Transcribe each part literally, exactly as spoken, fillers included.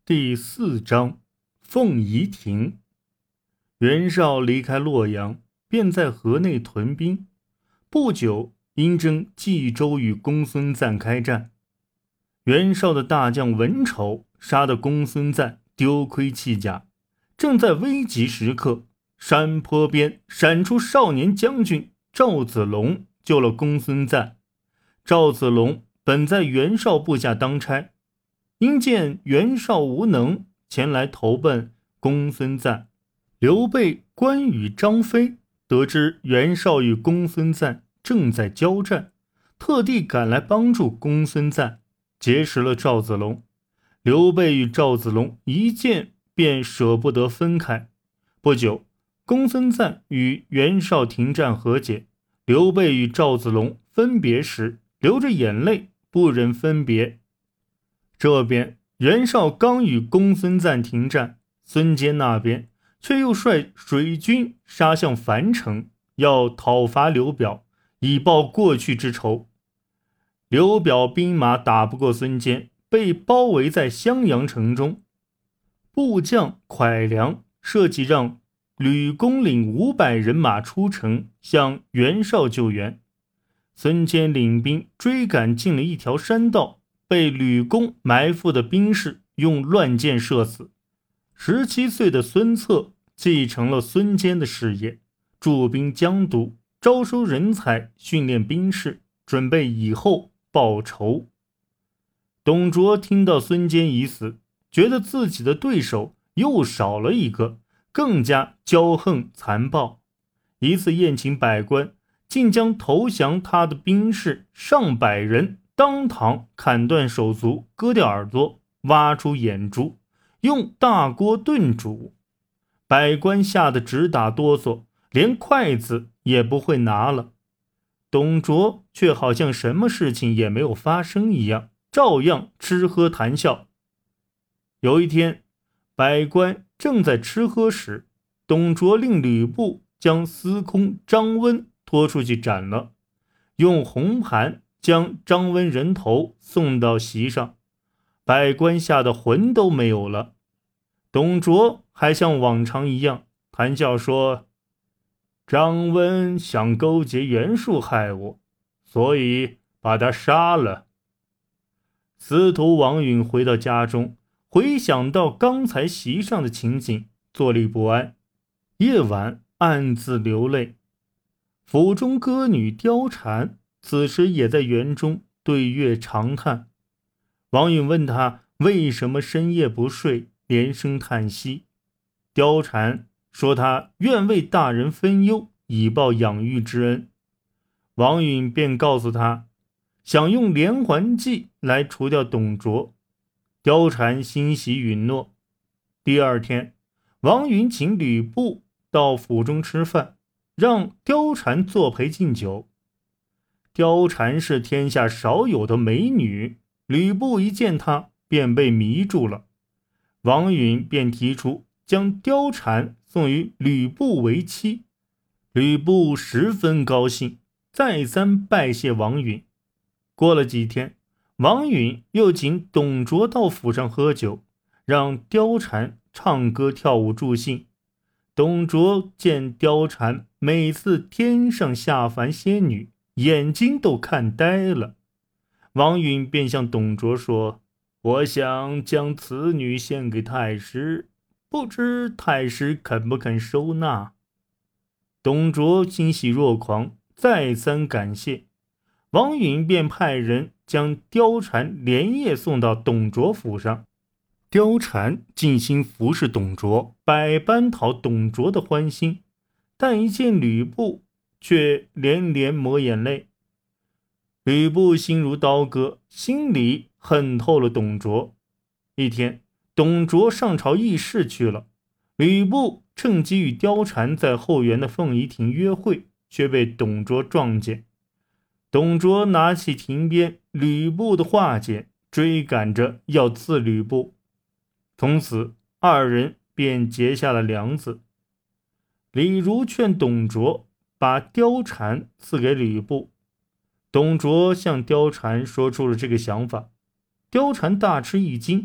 第四章，凤仪亭。袁绍离开洛阳，便在河内屯兵。不久，应征冀州与公孙瓒开战。袁绍的大将文丑杀得公孙瓒丢盔弃甲，正在危急时刻，山坡边闪出少年将军赵子龙，救了公孙瓒。赵子龙本在袁绍部下当差，因见袁绍无能，前来投奔公孙瓒。刘备、关羽、张飞得知袁绍与公孙瓒正在交战，特地赶来帮助公孙瓒，结识了赵子龙。刘备与赵子龙一见便舍不得分开。不久，公孙瓒与袁绍停战和解。刘备与赵子龙分别时，流着眼泪，不忍分别。这边袁绍刚与公孙瓒停战，孙坚那边却又率水军杀向樊城，要讨伐刘表，以报过去之仇。刘表兵马打不过孙坚，被包围在襄阳城中。部将蒯良设计让吕公领五百人马出城，向袁绍救援。孙坚领兵追赶进了一条山道，被吕公埋伏的兵士用乱箭射死。十七岁的孙策继承了孙坚的事业，驻兵江都，招收人才，训练兵士，准备以后报仇。董卓听到孙坚已死，觉得自己的对手又少了一个，更加骄横残暴。一次宴请百官，竟将投降他的兵士上百人当堂砍断手足，割掉耳朵，挖出眼珠，用大锅炖煮。百官吓得直打哆嗦，连筷子也不会拿了。董卓却好像什么事情也没有发生一样，照样吃喝谈笑。有一天，百官正在吃喝时，董卓令吕布将司空张温拖出去斩了，用红盘将张温人头送到席上。百官吓得魂都没有了。董卓还像往常一样谈笑说，张温想勾结袁术害我，所以把他杀了。司徒王允回到家中，回想到刚才席上的情景，坐立不安，夜晚暗自流泪。府中歌女貂蝉此时也在园中对月长叹。王允问他为什么深夜不睡，连声叹息。貂蝉说他愿为大人分忧，以报养育之恩。王允便告诉他，想用连环计来除掉董卓。貂蝉欣喜允诺。第二天，王允请吕布到府中吃饭，让貂蝉作陪敬酒。貂蝉是天下少有的美女，吕布一见她便被迷住了。王允便提出将貂蝉送与吕布为妻。吕布十分高兴，再三拜谢王允。过了几天，王允又请董卓到府上喝酒，让貂蝉唱歌跳舞助兴。董卓见貂蝉每次天上下凡仙女，眼睛都看呆了。王允便向董卓说，我想将此女献给太师，不知太师肯不肯收纳。董卓欣喜若狂，再三感谢。王允便派人将貂蝉连夜送到董卓府上。貂蝉尽心服侍董卓，百般讨董卓的欢心，但一见吕布却连连抹眼泪。吕布心如刀割，心里恨透了董卓。一天，董卓上朝议事去了，吕布趁机与貂蝉在后园的凤仪亭约会，却被董卓撞见。董卓拿起亭边吕布的画简，追赶着要刺吕布。从此二人便结下了梁子。李儒劝董卓把貂蝉赐给吕布，董卓向貂蝉说出了这个想法。貂蝉大吃一惊，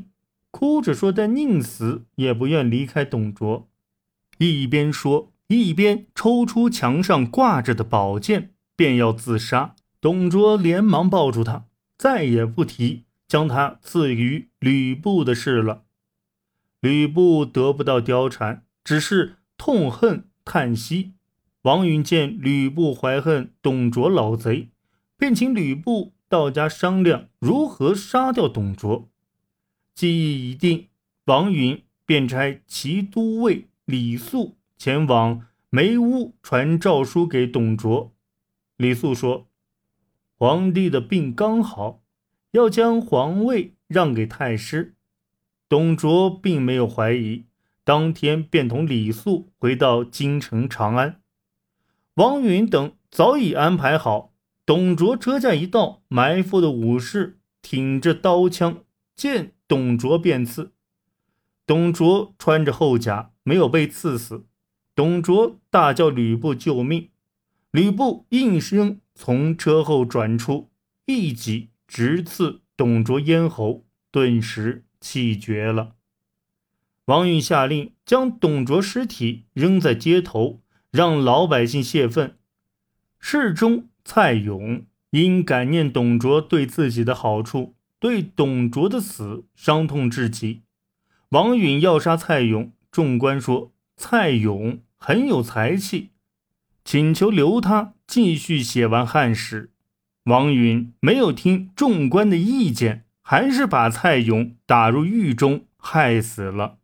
哭着说他宁死也不愿离开董卓，一边说一边抽出墙上挂着的宝剑，便要自杀。董卓连忙抱住他，再也不提将他赐予吕布的事了。吕布得不到貂蝉，只是痛恨叹息。王允见吕布怀恨董卓老贼，便请吕布到家商量如何杀掉董卓。计议已定，王允便差骑都尉李肃前往梅屋传诏书给董卓。李肃说，皇帝的病刚好，要将皇位让给太师。董卓并没有怀疑，当天便同李肃回到京城长安。王允等早已安排好，董卓车驾一到，埋伏的武士挺着刀枪，见董卓便刺。董卓穿着厚甲，没有被刺死。董卓大叫吕布救命，吕布应声从车后转出，一戟直刺董卓咽喉，顿时气绝了。王允下令将董卓尸体扔在街头，让老百姓泄愤。侍中蔡邕因感念董卓对自己的好处，对董卓的死伤痛至极。王允要杀蔡邕，众官说蔡邕很有才气，请求留他继续写完汉史。王允没有听众官的意见，还是把蔡邕打入狱中害死了。